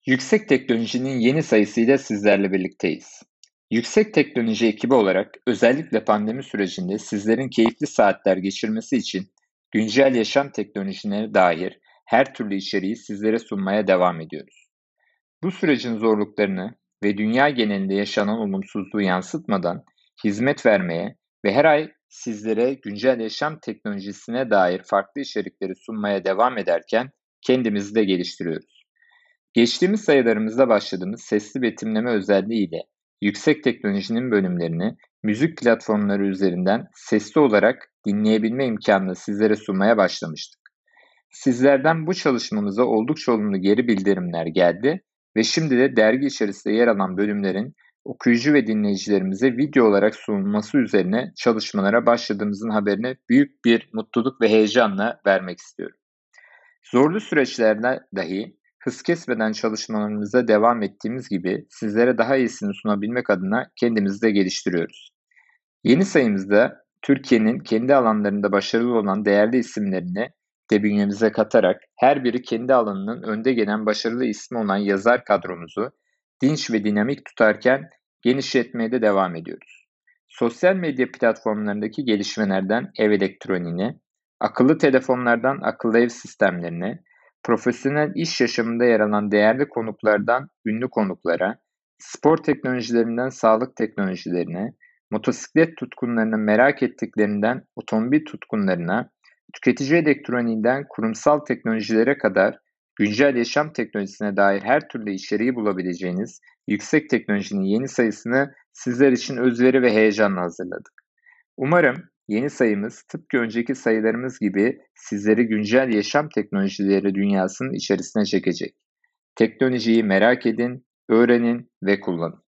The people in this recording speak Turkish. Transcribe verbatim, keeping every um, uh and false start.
Yüksek Teknoloji'nin yeni sayısıyla sizlerle birlikteyiz. Yüksek Teknoloji ekibi olarak özellikle pandemi sürecinde sizlerin keyifli saatler geçirmesi için güncel yaşam teknolojilerine dair her türlü içeriği sizlere sunmaya devam ediyoruz. Bu sürecin zorluklarını ve dünya genelinde yaşanan olumsuzluğu yansıtmadan hizmet vermeye ve her ay sizlere güncel yaşam teknolojisine dair farklı içerikleri sunmaya devam ederken kendimizi de geliştiriyoruz. Geçtiğimiz sayılarımızda başladığımız sesli betimleme özelliğiyle yüksek teknolojinin bölümlerini müzik platformları üzerinden sesli olarak dinleyebilme imkanını sizlere sunmaya başlamıştık. Sizlerden bu çalışmamıza oldukça olumlu geri bildirimler geldi ve şimdi de dergi içerisinde yer alan bölümlerin okuyucu ve dinleyicilerimize video olarak sunulması üzerine çalışmalara başladığımızın haberini büyük bir mutluluk ve heyecanla vermek istiyorum. Zorlu süreçlerde dahi hız kesmeden çalışmalarımıza devam ettiğimiz gibi sizlere daha iyisini sunabilmek adına kendimizi de geliştiriyoruz. Yeni sayımızda Türkiye'nin kendi alanlarında başarılı olan değerli isimlerini de bünyemize katarak her biri kendi alanının önde gelen başarılı ismi olan yazar kadromuzu dinç ve dinamik tutarken genişletmeye de devam ediyoruz. Sosyal medya platformlarındaki gelişmelerden ev elektroniğine, akıllı telefonlardan akıllı ev sistemlerine, profesyonel iş yaşamında yer alan değerli konuklardan ünlü konuklara, spor teknolojilerinden sağlık teknolojilerine, motosiklet tutkunlarının merak ettiklerinden otomobil tutkunlarına, tüketici elektroniğinden kurumsal teknolojilere kadar güncel yaşam teknolojisine dair her türlü içeriği bulabileceğiniz Yüksek Teknolojinin yeni sayısını sizler için özveri ve heyecanla hazırladık. Umarım yeni sayımız tıpkı önceki sayılarımız gibi sizleri güncel yaşam teknolojileri dünyasının içerisine çekecek. Teknolojiyi merak edin, öğrenin ve kullanın.